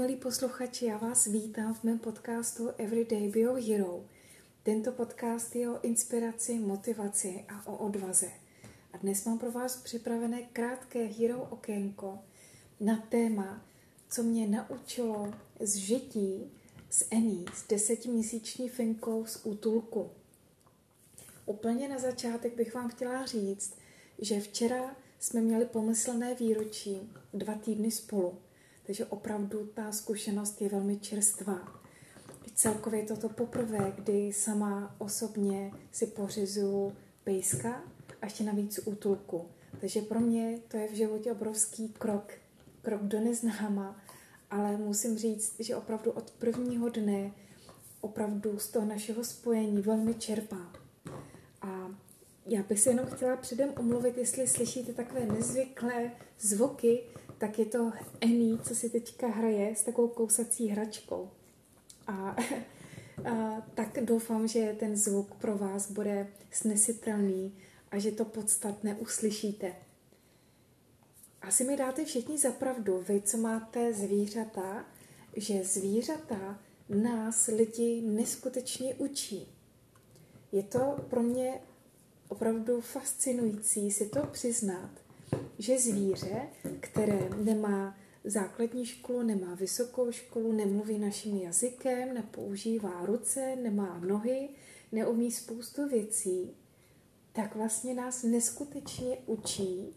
milí posluchači, já vás vítám v mém podcastu Everyday Be Your Hero. Tento podcast je o inspiraci, motivaci a o odvaze. A dnes mám pro vás připravené krátké hero okénko na téma, co mě naučilo z žití s Annie, s 10měsíční Finkou z útulku. Úplně na začátek bych vám chtěla říct, že včera jsme měli pomyslné výročí 2 týdny spolu. Takže opravdu ta zkušenost je velmi čerstvá. Celkově je toto poprvé, kdy sama osobně si pořizuju pejska a ještě navíc útulku. Takže pro mě to je v životě obrovský krok do neznáma, ale musím říct, že opravdu od prvního dne opravdu z toho našeho spojení velmi čerpám. A já bych se jenom chtěla předem omluvit, jestli slyšíte takové nezvyklé zvuky, tak je to Annie, co si teďka hraje s takovou kousací hračkou. A tak doufám, že ten zvuk pro vás bude snesitelný a že to podstatné uslyšíte. Asi mi dáte všichni za pravdu, vy, co máte zvířata, že zvířata nás lidi neskutečně učí. Je to pro mě opravdu fascinující si to přiznat, že zvíře, které nemá základní školu, nemá vysokou školu, nemluví naším jazykem, nepoužívá ruce, nemá nohy, neumí spoustu věcí, tak vlastně nás neskutečně učí,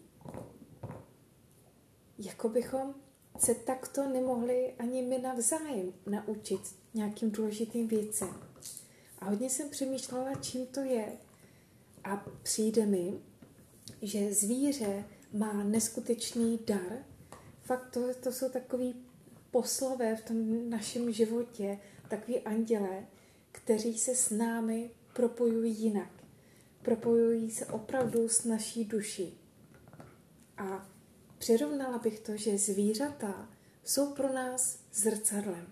jako bychom se takto nemohli ani my navzájem naučit nějakým důležitým věcem. A hodně jsem přemýšlela, čím to je. A přijde mi, že zvíře má neskutečný dar. Fakt to jsou takový poslové v tom našem životě, takový andělé, kteří se s námi propojují jinak. Propojují se opravdu s naší duší. A přirovnala bych to, že zvířata jsou pro nás zrcadlem.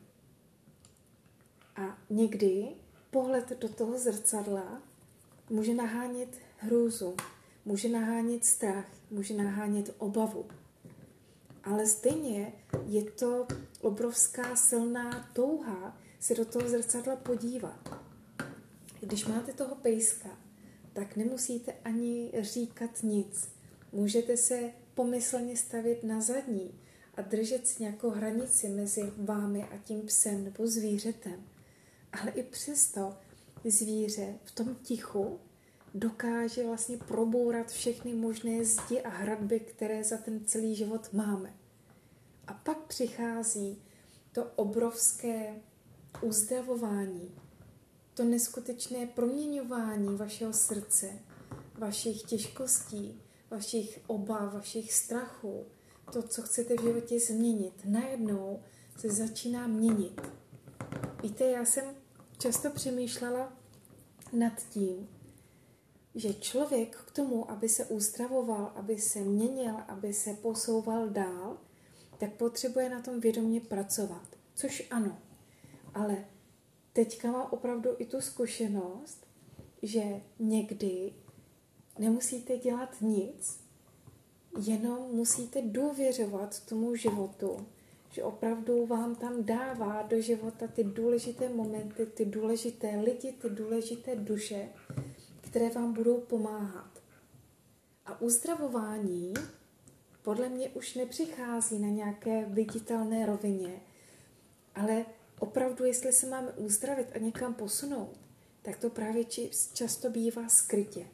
A někdy pohled do toho zrcadla může nahánět hrůzu, může nahánět strach, může nahánět obavu. Ale stejně je to obrovská silná touha se do toho zrcadla podívat. Když máte toho pejska, tak nemusíte ani říkat nic. Můžete se pomyslně stavět na zadní a držet si nějakou hranici mezi vámi a tím psem nebo zvířetem. Ale i přesto zvíře v tom tichu dokáže vlastně probourat všechny možné zdi a hradby, které za ten celý život máme. A pak přichází to obrovské uzdravování, to neskutečné proměňování vašeho srdce, vašich těžkostí, vašich obav, vašich strachů, to, co chcete v životě změnit. Najednou se začíná měnit. Víte, já jsem často přemýšlela nad tím, že člověk k tomu, aby se uzdravoval, aby se měnil, aby se posouval dál, tak potřebuje na tom vědomě pracovat. Což ano. Ale teďka mám opravdu i tu zkušenost, že někdy nemusíte dělat nic, jenom musíte důvěřovat tomu životu, že opravdu vám tam dává do života ty důležité momenty, ty důležité lidi, ty důležité duše, které vám budou pomáhat. A uzdravování podle mě už nepřichází na nějaké viditelné rovině, ale opravdu, jestli se máme uzdravit a někam posunout, tak to právě často bývá skrytě.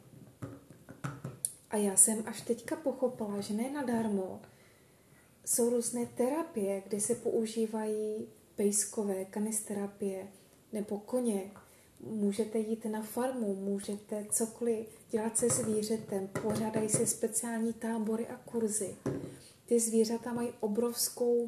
A já jsem až teďka pochopila, že ne nadarmo jsou různé terapie, kde se používají pejskové, kanisterapie nebo koně. Můžete jít na farmu, můžete cokoliv dělat se zvířetem, pořádají se speciální tábory a kurzy. Ty zvířata mají obrovskou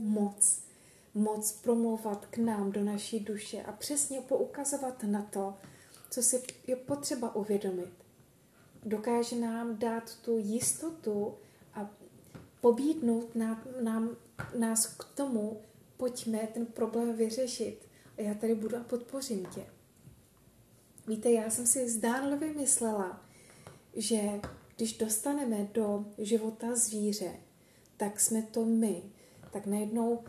moc promlouvat k nám do naší duše a přesně poukazovat na to, co si je potřeba uvědomit. Dokáže nám dát tu jistotu a pobídnout nás k tomu, pojďme ten problém vyřešit a já tady budu a podpořím tě. Víte, já jsem si zdánlivě myslela, že když dostaneme do života zvíře, tak jsme to my. Tak najednou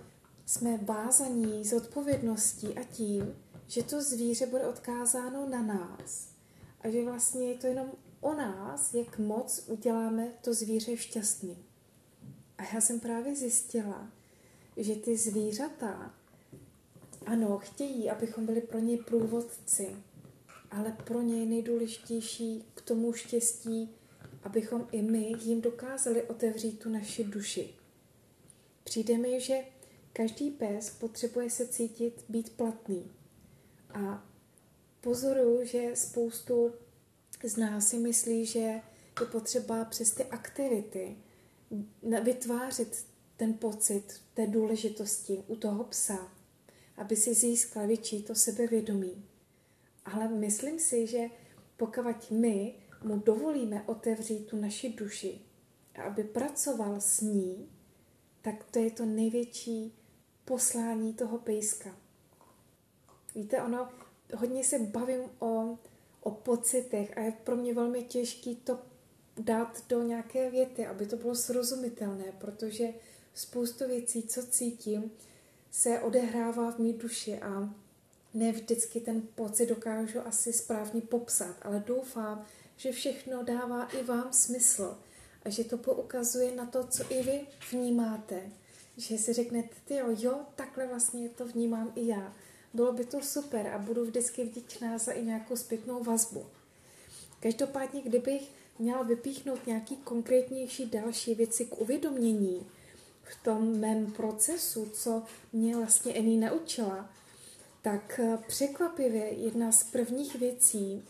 jsme vázaní s odpovědností a tím, že to zvíře bude odkázáno na nás a že vlastně je to jenom o nás, jak moc uděláme to zvíře šťastný. A já jsem právě zjistila, že ty zvířata, ano, chtějí, abychom byli pro ně průvodci, ale pro ně je nejdůležitější k tomu štěstí, abychom i my jim dokázali otevřít tu naši duši. Přijde mi, že každý pes potřebuje se cítit být platný. A pozoruju, že spoustu z nás si myslí, že je potřeba přes ty aktivity vytvářet ten pocit té důležitosti u toho psa, aby si získal větší to sebevědomí. Ale myslím si, že pokud my mu dovolíme otevřít tu naši duši a aby pracoval s ní, tak to je to největší poslání toho pejska. Víte, hodně se bavím o pocitech a je pro mě velmi těžké to dát do nějaké věty, aby to bylo srozumitelné, protože spoustu věcí, co cítím, se odehrává v mý duši a ne vždycky ten pocit dokážu asi správně popsat, ale doufám, že všechno dává i vám smysl a že to poukazuje na to, co i vy vnímáte. Že si řeknete, jo, takhle vlastně to vnímám i já. Bylo by to super a budu vždycky vděčná za i nějakou zpětnou vazbu. Každopádně, kdybych měla vypíchnout nějaký konkrétnější další věci k uvědomění v tom mém procesu, co mě vlastně Annie naučila, tak překvapivě jedna z prvních věcí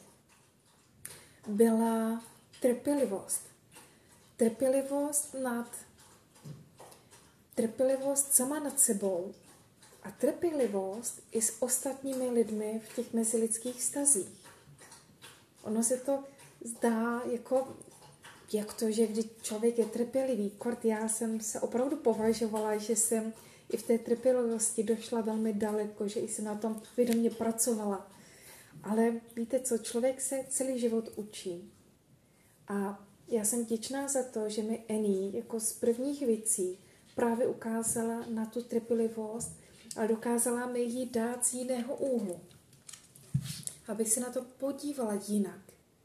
byla trpělivost. Trpělivost sama nad sebou a trpělivost i s ostatními lidmi v těch mezilidských vztazích. Ono se to zdá jak to, že když člověk je trpělivý. Kort já jsem se opravdu považovala, že jsem i v té trpělivosti došla velmi daleko, že jsem na tom vědomě pracovala. Ale víte co, člověk se celý život učí. A já jsem vděčná za to, že mi Annie jako z prvních věcí právě ukázala na tu trpělivost a dokázala mi ji dát z jiného úhlu. Abych se na to podívala jinak.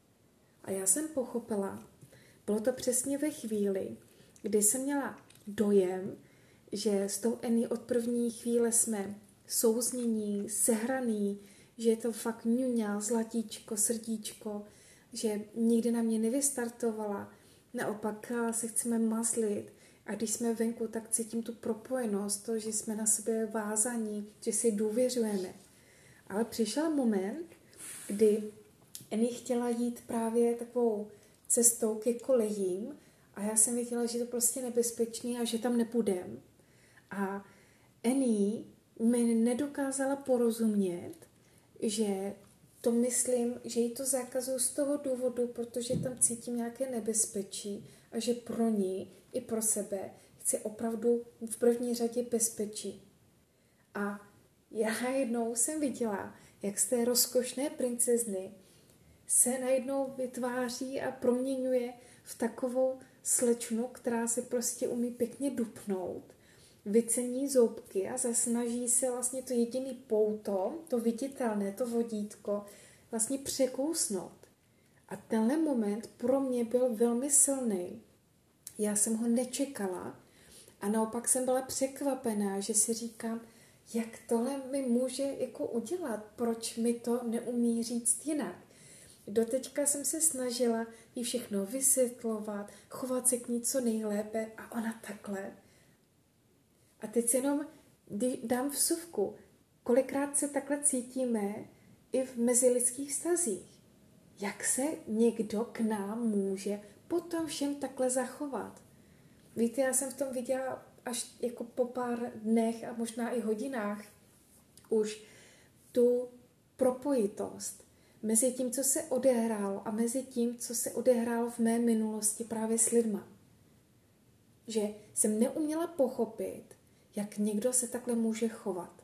A já jsem pochopila, bylo to přesně ve chvíli, kdy jsem měla dojem, že s tou Annie od první chvíle jsme souznění, sehraný, že je to fakt ňuňa, zlatíčko, srdíčko, že nikdy na mě nevystartovala, naopak se chceme mazlit a když jsme venku, tak cítím tu propojenost, to, že jsme na sebe vázaní, že si důvěřujeme. Ale přišel moment, kdy Annie chtěla jít právě takovou cestou ke kolejím a já jsem věděla, že je to prostě nebezpečný a že tam nepůjdem. A Annie mi nedokázala porozumět, že to myslím, že jí to zakazuju z toho důvodu, protože tam cítím nějaké nebezpečí a že pro ní i pro sebe chci opravdu v první řadě bezpečí. A já najednou jsem viděla, jak z té rozkošné princezny se najednou vytváří a proměňuje v takovou slečnu, která se prostě umí pěkně dupnout, vycení zoubky a zasnaží se vlastně to jediný pouto, to viditelné, to vodítko, vlastně překousnout. A tenhle moment pro mě byl velmi silný. Já jsem ho nečekala a naopak jsem byla překvapená, že si říkám, jak tohle mi může udělat, proč mi to neumí říct jinak. Doteďka jsem se snažila jí všechno vysvětlovat, chovat se k ní co nejlépe a ona takhle. A teď si jenom dám vsuvku, kolikrát se takhle cítíme i v mezilidských vztazích. Jak se někdo k nám může potom všem takhle zachovat? Víte, já jsem v tom viděla až po pár dnech a možná i hodinách už tu propojitost mezi tím, co se odehrálo a mezi tím, co se odehrálo v mé minulosti právě s lidma. Že jsem neuměla pochopit, jak někdo se takhle může chovat.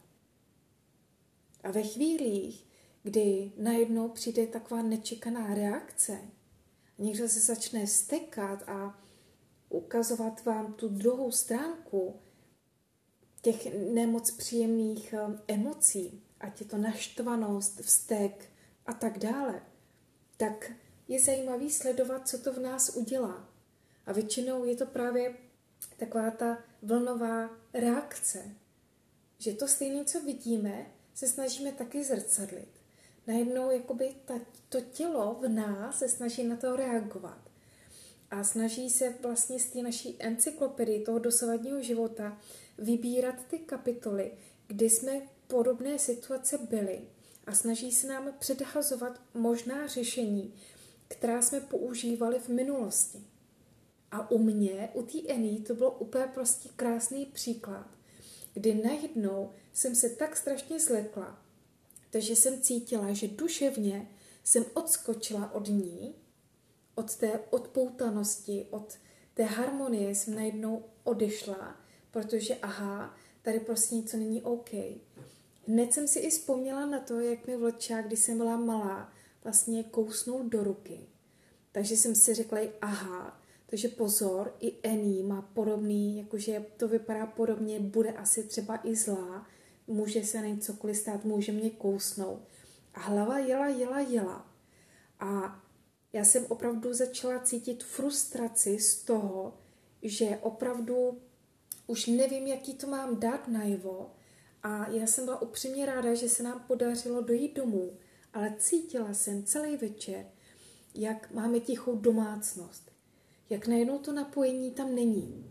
A ve chvílích, kdy najednou přijde taková nečekaná reakce, někdo se začne stekat a ukazovat vám tu druhou stránku, těch nemoc příjemných emocí, ať je to naštvanost, vztek a tak dále, tak je zajímavý sledovat, co to v nás udělá. A většinou je to právě taková ta vlnová reakce, že to stejné, co vidíme, se snažíme taky zrcadlit. Najednou jakoby to tělo v nás se snaží na to reagovat. A snaží se vlastně z té naší encyklopedii toho dosavadního života vybírat ty kapitoly, kdy jsme podobné situace byli a snaží se nám předhazovat možná řešení, která jsme používali v minulosti. A u mě, u té Eny, to bylo úplně prostě krásný příklad, kdy najednou jsem se tak strašně zlekla, takže jsem cítila, že duševně jsem odskočila od ní, od té odpoutanosti, od té harmonie jsem najednou odešla, protože tady prostě něco není OK. Hned jsem si i vzpomněla na to, jak mi vlčák, když jsem byla malá, vlastně kousnul do ruky. Takže jsem si řekla, takže pozor, i Eny má podobný, jakože to vypadá podobně, bude asi třeba i zlá, může se na cokoliv stát, může mě kousnout. A hlava jela. A já jsem opravdu začala cítit frustraci z toho, že opravdu už nevím, jaký to mám dát najevo. A já jsem byla upřímně ráda, že se nám podařilo dojít domů, ale cítila jsem celý večer, jak máme tichou domácnost. Jak najednou to napojení tam není.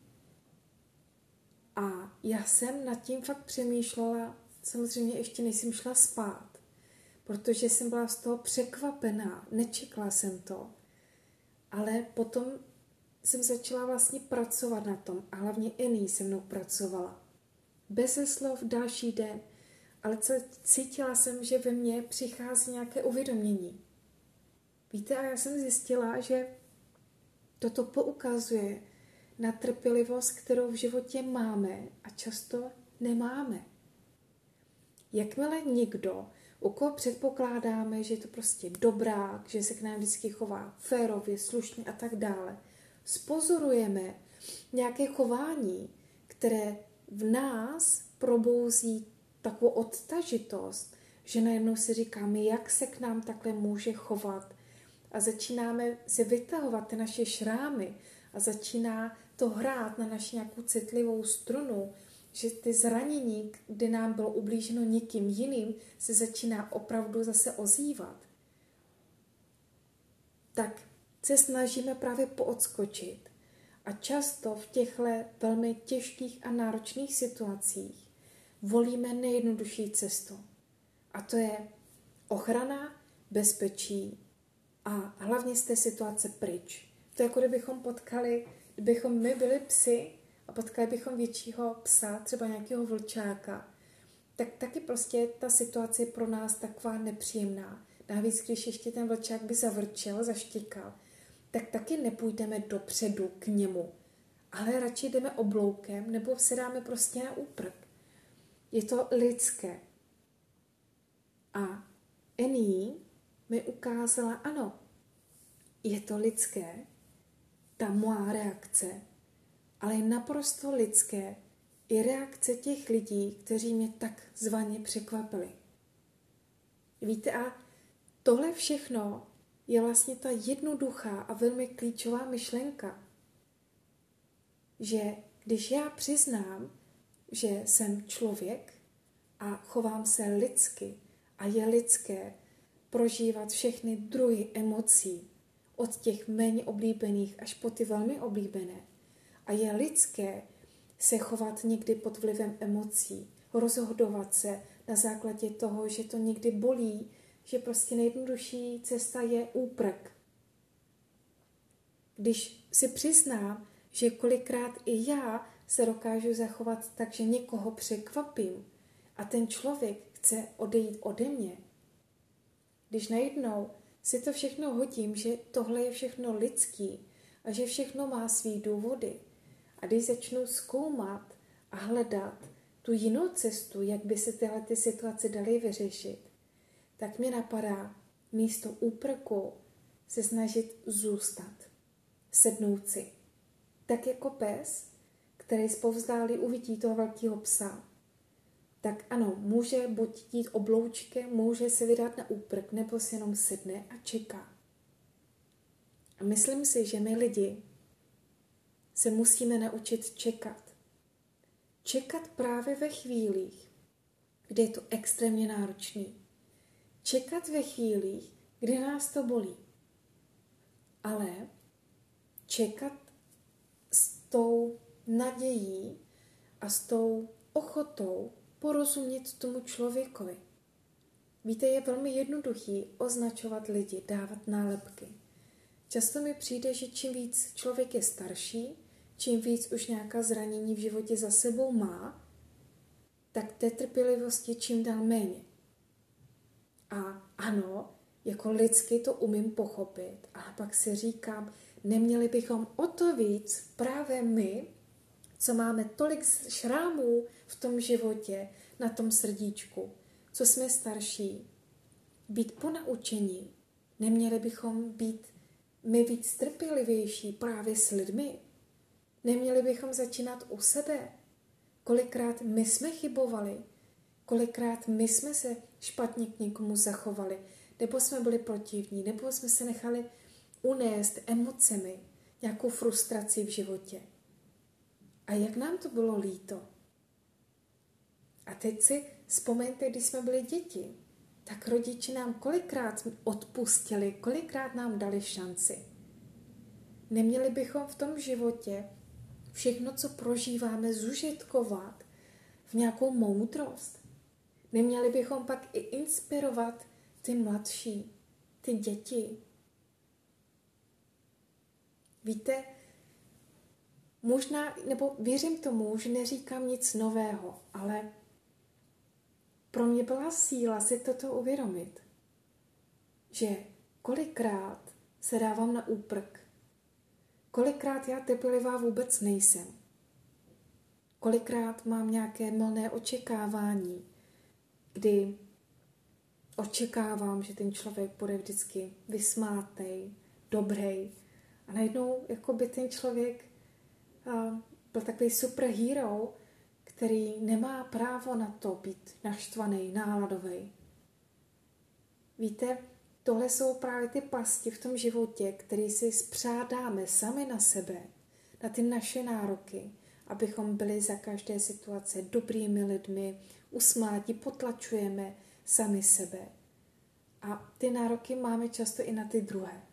A já jsem nad tím fakt přemýšlela, samozřejmě ještě než jsem šla spát, protože jsem byla z toho překvapená, nečekala jsem to. Ale potom jsem začala vlastně pracovat na tom a hlavně Eny se mnou pracovala. Beze slov další den, ale cítila jsem, že ve mně přichází nějaké uvědomění. Víte, a já jsem zjistila, že toto poukazuje na trpělivost, kterou v životě máme a často nemáme. Jakmile někdo, u koho předpokládáme, že je to prostě dobrák, že se k nám vždycky chová férově, slušně a tak dále, spozorujeme nějaké chování, které v nás probouzí takovou odtažitost, že najednou si říkáme, jak se k nám takhle může chovat a začínáme si vytahovat ty naše šrámy a začíná to hrát na naši nějakou citlivou strunu, že ty zranění, kdy nám bylo ublíženo někým jiným, se začíná opravdu zase ozývat. Tak se snažíme právě poodskočit. A často v těchto velmi těžkých a náročných situacích volíme nejjednodušší cestu. A to je ochrana, bezpečí a hlavně z té situace pryč. To je jako kdybychom my byli psi a potkali bychom většího psa, třeba nějakého vlčáka, tak taky prostě ta situace je pro nás taková nepříjemná. Navíc, když ještě ten vlčák by zavrčel, zaštěkal, tak taky nepůjdeme dopředu k němu, ale radši jdeme obloukem nebo se dáme prostě na úprk. Je to lidské. A Eny mi ukázala, ano, je to lidské, ta moja reakce, ale je naprosto lidské i reakce těch lidí, kteří mě tak zvaně překvapili. Víte, a tohle všechno je vlastně ta jednoduchá a velmi klíčová myšlenka, že když já přiznám, že jsem člověk a chovám se lidsky a je lidské prožívat všechny druhy emocí, od těch méně oblíbených až po ty velmi oblíbené, a je lidské se chovat někdy pod vlivem emocí, rozhodovat se na základě toho, že to někdy bolí, že prostě nejjednodušší cesta je úprk. Když si přiznám, že kolikrát i já se dokážu zachovat tak, že někoho překvapím a ten člověk chce odejít ode mě, když najednou si to všechno hodím, že tohle je všechno lidský a že všechno má svý důvody, a když začnu zkoumat a hledat tu jinou cestu, jak by se tyhle ty situace daly vyřešit, tak mě napadá místo úprku se snažit zůstat, sednout si. Tak jako pes, který zpovzdálí uvidí toho velkého psa, tak ano, může buď jít obloučkem, může se vydat na úprk, nebo si jenom sedne a čeká. A myslím si, že my lidi se musíme naučit čekat. Čekat právě ve chvílích, kdy je to extrémně náročný. Čekat ve chvílích, kdy nás to bolí. Ale čekat s tou nadějí a s tou ochotou porozumět tomu člověkovi. Víte, je velmi jednoduchý označovat lidi, dávat nálepky. Často mi přijde, že čím víc člověk je starší, čím víc už nějaká zranění v životě za sebou má, tak té trpělivosti čím dál méně. A ano, jako lidsky to umím pochopit, ale pak si říkám, neměli bychom o to víc právě my, co máme tolik šrámů v tom životě, na tom srdíčku, co jsme starší, být ponaučení. Neměli bychom být my víc trpělivější právě s lidmi. Neměli bychom začínat u sebe. Kolikrát my jsme chybovali, kolikrát my jsme se špatně k někomu zachovali, nebo jsme byli protivní, nebo jsme se nechali unést emocemi, nějakou frustraci v životě. A jak nám to bylo líto. A teď si vzpomeňte, když jsme byli děti, tak rodiče nám kolikrát odpustili, kolikrát nám dali šanci. Neměli bychom v tom životě všechno, co prožíváme, zužitkovat v nějakou moudrost. Neměli bychom pak i inspirovat ty mladší, ty děti. Víte, možná, nebo věřím tomu, že neříkám nic nového, ale pro mě byla síla si toto uvědomit, že kolikrát se dávám na úprk, kolikrát já trpělivá vůbec nejsem, kolikrát mám nějaké mylné očekávání, kdy očekávám, že ten člověk bude vždycky vysmátej, dobrý a najednou jako by ten člověk byl takový superhero, který nemá právo na to být naštvaný, náladový. Víte, tohle jsou právě ty pasti v tom životě, které si spřádáme sami na sebe, na ty naše nároky, abychom byli za každé situace dobrými lidmi, usmátí, potlačujeme sami sebe. A ty nároky máme často i na ty druhé.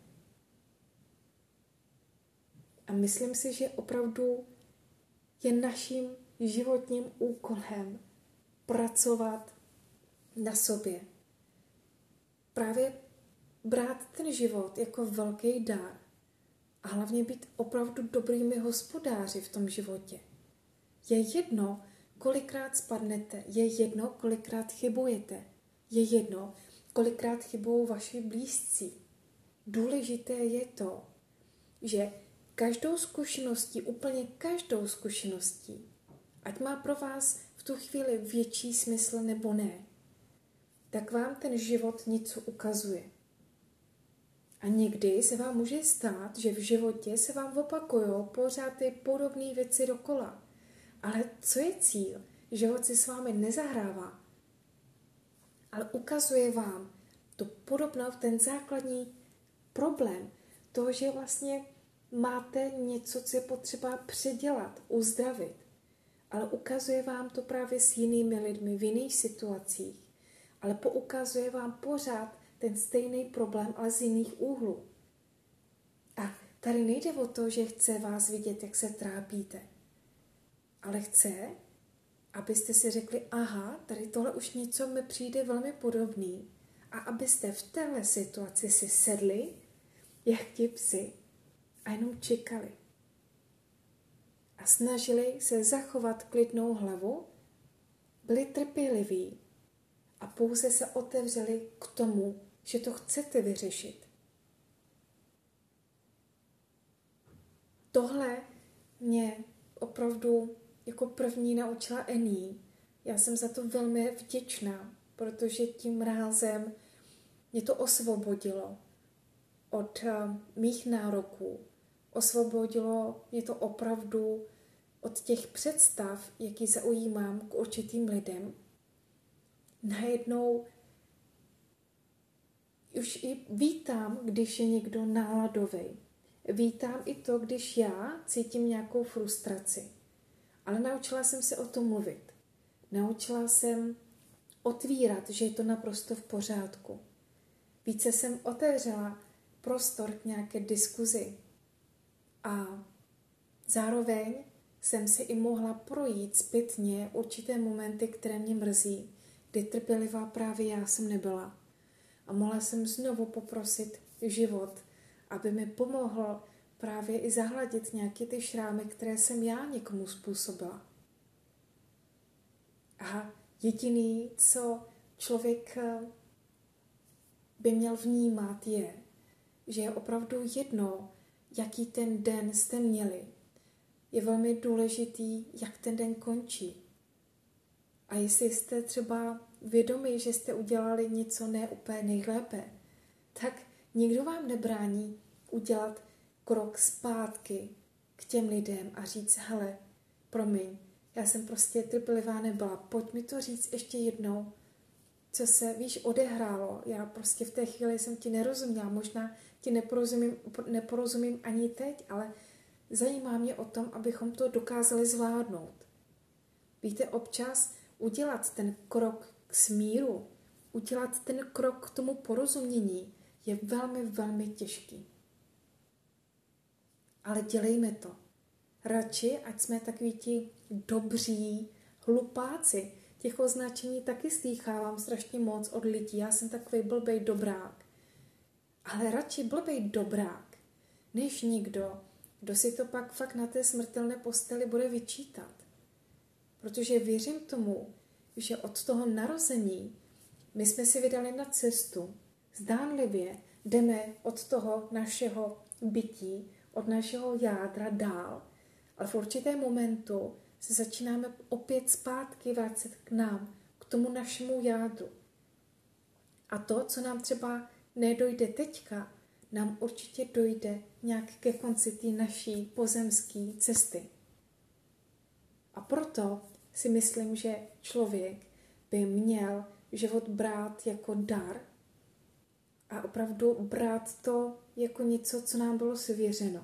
A myslím si, že opravdu je naším životním úkolem pracovat na sobě. Právě brát ten život jako velký dar a hlavně být opravdu dobrými hospodáři v tom životě. Je jedno, kolikrát spadnete, je jedno, kolikrát chybujete, je jedno, kolikrát chybují vaši blízcí. Důležité je to, že každou zkušeností, úplně každou zkušeností, ať má pro vás v tu chvíli větší smysl nebo ne, tak vám ten život něco ukazuje. A někdy se vám může stát, že v životě se vám opakují pořád ty podobné věci dokola. Ale co je cíl? Život si s vámi nezahrává, ale ukazuje vám to podobnou, ten základní problém, to, že vlastně máte něco, co je potřeba předělat, uzdravit, ale ukazuje vám to právě s jinými lidmi v jiných situacích, ale poukazuje vám pořád ten stejný problém, ale z jiných úhlů. A tady nejde o to, že chce vás vidět, jak se trápíte, ale chce, abyste si řekli, aha, tady tohle už něco mi přijde velmi podobný, a abyste v téhle situaci si sedli, jak ti psi, a jenom čekali. A snažili se zachovat klidnou hlavu, byli trpěliví a pouze se otevřeli k tomu, že to chcete vyřešit. Tohle mě opravdu jako první naučila Annie. Já jsem za to velmi vděčná, protože tím rázem mě to osvobodilo od mých nároků. Osvobodilo mě to opravdu od těch představ, jaký zaujímám k určitým lidem, najednou už i vítám, když je někdo náladový. Vítám i to, když já cítím nějakou frustraci. Ale naučila jsem se o tom mluvit. Naučila jsem otvírat, že je to naprosto v pořádku. Více jsem otevřela prostor k nějaké diskuzi. A zároveň jsem si i mohla projít zpětně určité momenty, které mě mrzí, kdy trpělivá právě já jsem nebyla. A mohla jsem znovu poprosit život, aby mi pomohl právě i zahladit nějaké ty šrámy, které jsem já někomu způsobila. A jediný, co člověk by měl vnímat, je, že je opravdu jedno, jaký ten den jste měli. Je velmi důležitý, jak ten den končí. A jestli jste třeba vědomí, že jste udělali něco ne úplně nejlépe, tak nikdo vám nebrání udělat krok zpátky k těm lidem a říct, hele, promiň, já jsem prostě trpělivá nebyla, pojď mi to říct ještě jednou, co se, odehrálo. Já prostě v té chvíli jsem ti nerozuměla, možná ti neporozumím ani teď, ale zajímá mě o tom, abychom to dokázali zvládnout. Víte, občas udělat ten krok k smíru, udělat ten krok k tomu porozumění je velmi, velmi těžký. Ale dělejme to. Radši, ať jsme takoví ti dobří hlupáci. Těch označení taky slýchávám strašně moc od lidí. Já jsem takový blbej dobrák. Ale radši blbej dobrák, než někdo, kdo si to pak fakt na té smrtelné posteli bude vyčítat. Protože věřím tomu, že od toho narození my jsme si vydali na cestu. Zdánlivě jdeme od toho našeho bytí, od našeho jádra dál, ale v určitém momentu se začínáme opět zpátky vracet k nám, k tomu našemu jádru. A to, co nám třeba nedojde teďka, nám určitě dojde nějak ke konci té naší pozemské cesty. A proto si myslím, že člověk by měl život brát jako dar a opravdu brát to jako něco, co nám bylo svěřeno.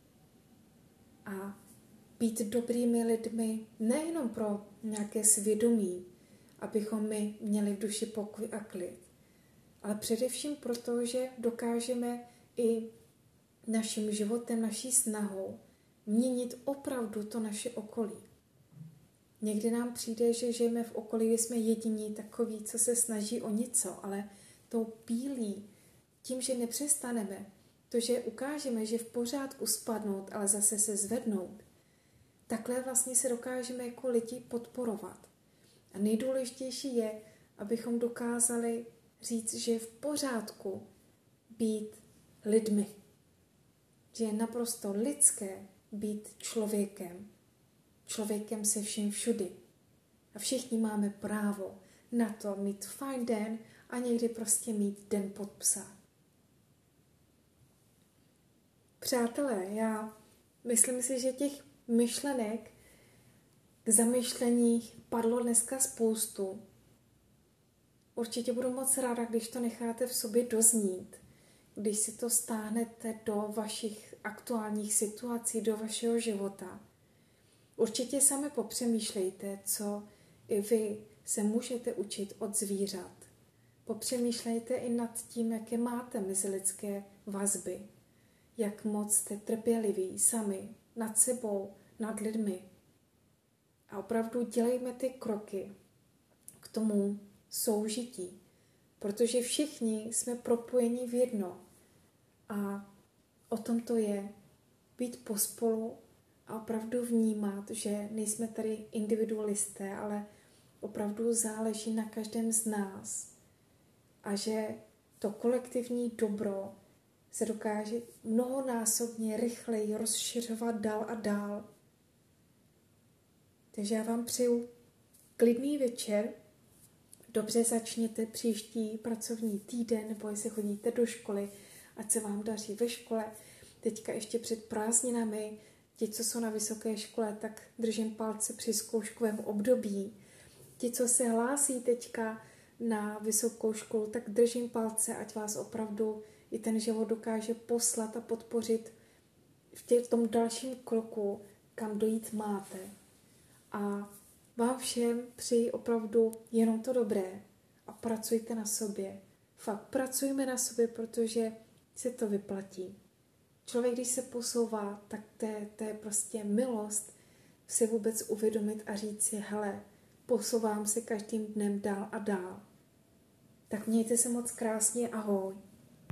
A být dobrými lidmi nejenom pro nějaké svědomí, abychom my měli v duši pokoj a klid, ale především proto, že dokážeme i naším životem, naší snahou měnit opravdu to naše okolí. Někdy nám přijde, že žijeme v okolí, kdy jsme jediní takoví, co se snaží o něco, ale tou pílí, tím, že nepřestaneme, to, že ukážeme, že v pořádku spadnout, ale zase se zvednout, takhle vlastně se dokážeme jako lidi podporovat. A nejdůležitější je, abychom dokázali říct, že je v pořádku být lidmi. Že je naprosto lidské být člověkem. Člověkem se vším všudy. A všichni máme právo na to mít fajn den a někdy prostě mít den pod psa. Přátelé, já myslím si, že těch myšlenek k zamyšlení padlo dneska spoustu. Určitě budu moc ráda, když to necháte v sobě doznít, když si to stáhnete do vašich aktuálních situací, do vašeho života. Určitě sami popřemýšlejte, co i vy se můžete učit od zvířat. Popřemýšlejte i nad tím, jaké máte mezilidské vazby, jak moc jste trpěliví sami, nad sebou, nad lidmi. A opravdu dělejme ty kroky k tomu soužití, protože všichni jsme propojeni v jedno. A o tom to je být pospolu a opravdu vnímat, že nejsme tady individualisté, ale opravdu záleží na každém z nás. A že to kolektivní dobro se dokáže mnohonásobně rychleji rozšiřovat dál a dál. Takže já vám přeju klidný večer, dobře začněte příští pracovní týden, nebo jestli chodíte do školy, ať se vám daří ve škole. Teďka ještě před prázdninami Ti, co jsou na vysoké škole, tak držím palce při zkouškovém období. Ti, co se hlásí teďka na vysokou školu, tak držím palce, ať vás opravdu i ten život dokáže poslat a podpořit v tom dalším kroku, kam dojít máte. A vám všem přeji opravdu jenom to dobré a pracujte na sobě. Fakt pracujme na sobě, protože se to vyplatí. Člověk, když se posouvá, tak to je prostě milost si vůbec uvědomit a říct si, hele, posouvám se každým dnem dál a dál. Tak mějte se moc krásně, ahoj.